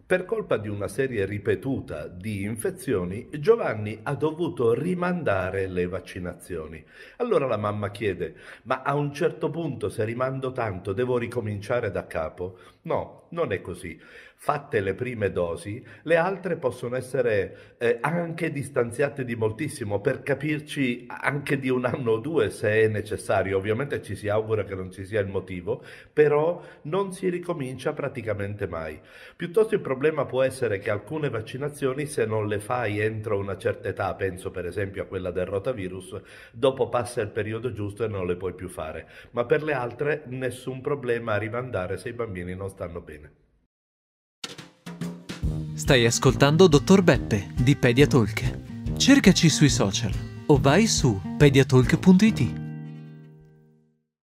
Per colpa di una serie ripetuta di infezioni, Giovanni ha dovuto rimandare le vaccinazioni. Allora la mamma chiede: ma a un certo punto, se rimando tanto, devo ricominciare da capo? No, non è così. Fatte le prime dosi, le altre possono essere anche distanziate di moltissimo, per capirci anche di un anno o due se è necessario. Ovviamente ci si augura che non ci sia il motivo, però non si ricomincia praticamente mai. Piuttosto il problema può essere che alcune vaccinazioni, se non le fai entro una certa età, penso per esempio a quella del rotavirus, dopo passa il periodo giusto e non le puoi più fare. Ma per le altre nessun problema a rimandare se i bambini non stanno bene. Stai ascoltando Dottor Beppe di Pediatalk. Cercaci sui social o vai su pediatalk.it.